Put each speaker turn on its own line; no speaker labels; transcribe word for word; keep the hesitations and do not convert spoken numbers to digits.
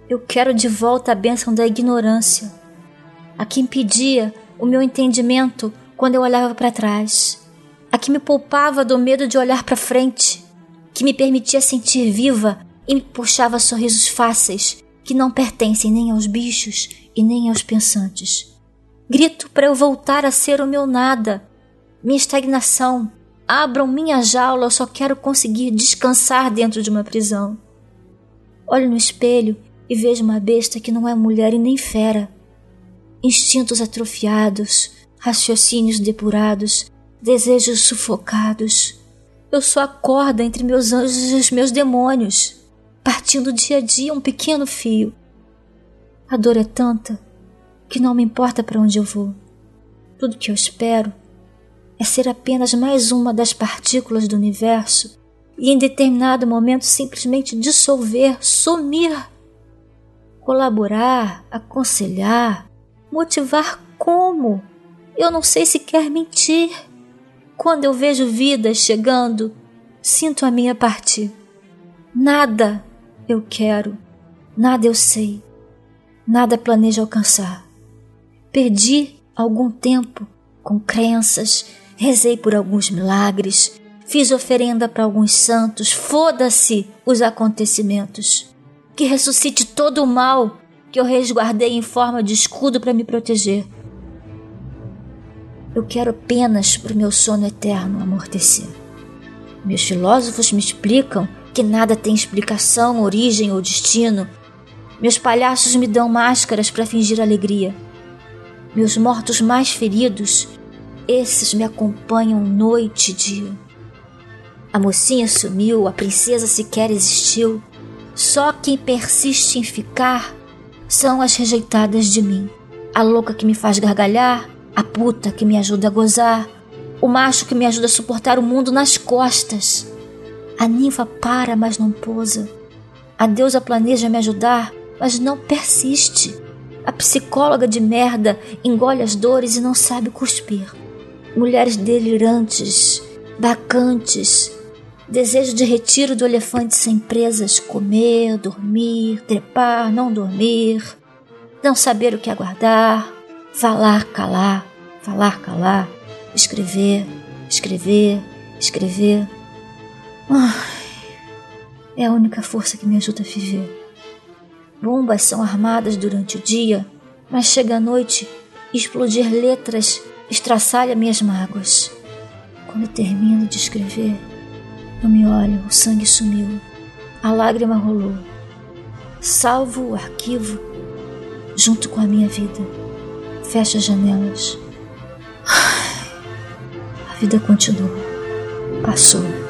Eu quero de volta a bênção da ignorância, a que impedia o meu entendimento quando eu olhava para trás, a que me poupava do medo de olhar para frente, que me permitia sentir viva e me puxava sorrisos fáceis que não pertencem nem aos bichos e nem aos pensantes. Grito para eu voltar a ser o meu nada, minha estagnação. Abram minha jaula, eu só quero conseguir descansar dentro de uma prisão. Olho no espelho e vejo uma besta que não é mulher e nem fera. Instintos atrofiados, raciocínios depurados, desejos sufocados. Eu sou a corda entre meus anjos e os meus demônios, partindo dia a dia um pequeno fio. A dor é tanta que não me importa para onde eu vou. Tudo que eu espero é ser apenas mais uma das partículas do universo e em determinado momento simplesmente dissolver, sumir. Colaborar, aconselhar, motivar como? Eu não sei sequer mentir. Quando eu vejo vidas chegando, sinto a minha partir. Nada eu quero, nada eu sei, nada planejo alcançar. Perdi algum tempo com crenças, rezei por alguns milagres, fiz oferenda para alguns santos, foda-se os acontecimentos. Que ressuscite todo o mal que eu resguardei em forma de escudo para me proteger. Eu quero apenas para o meu sono eterno amortecer. Meus filósofos me explicam que nada tem explicação, origem ou destino. Meus palhaços me dão máscaras para fingir alegria. Meus mortos mais feridos, esses me acompanham noite e dia. A mocinha sumiu, a princesa sequer existiu. Só quem persiste em ficar são as rejeitadas de mim. A louca que me faz gargalhar, a puta que me ajuda a gozar, o macho que me ajuda a suportar o mundo nas costas. A ninfa para, mas não pousa. A deusa planeja me ajudar, mas não persiste. A psicóloga de merda engole as dores e não sabe cuspir. Mulheres delirantes, bacantes, desejo de retiro do elefante sem presas, comer, dormir, trepar, não dormir, não saber o que aguardar, falar, calar, falar, calar, escrever, escrever, escrever. Ai, é a única força que me ajuda a viver. Bombas são armadas durante o dia, mas chega a noite e explodir letras estraçalha minhas mágoas. Quando eu termino de escrever, eu me olho, o sangue sumiu, a lágrima rolou. Salvo o arquivo junto com a minha vida. Fecho as janelas. A vida continua. Passou.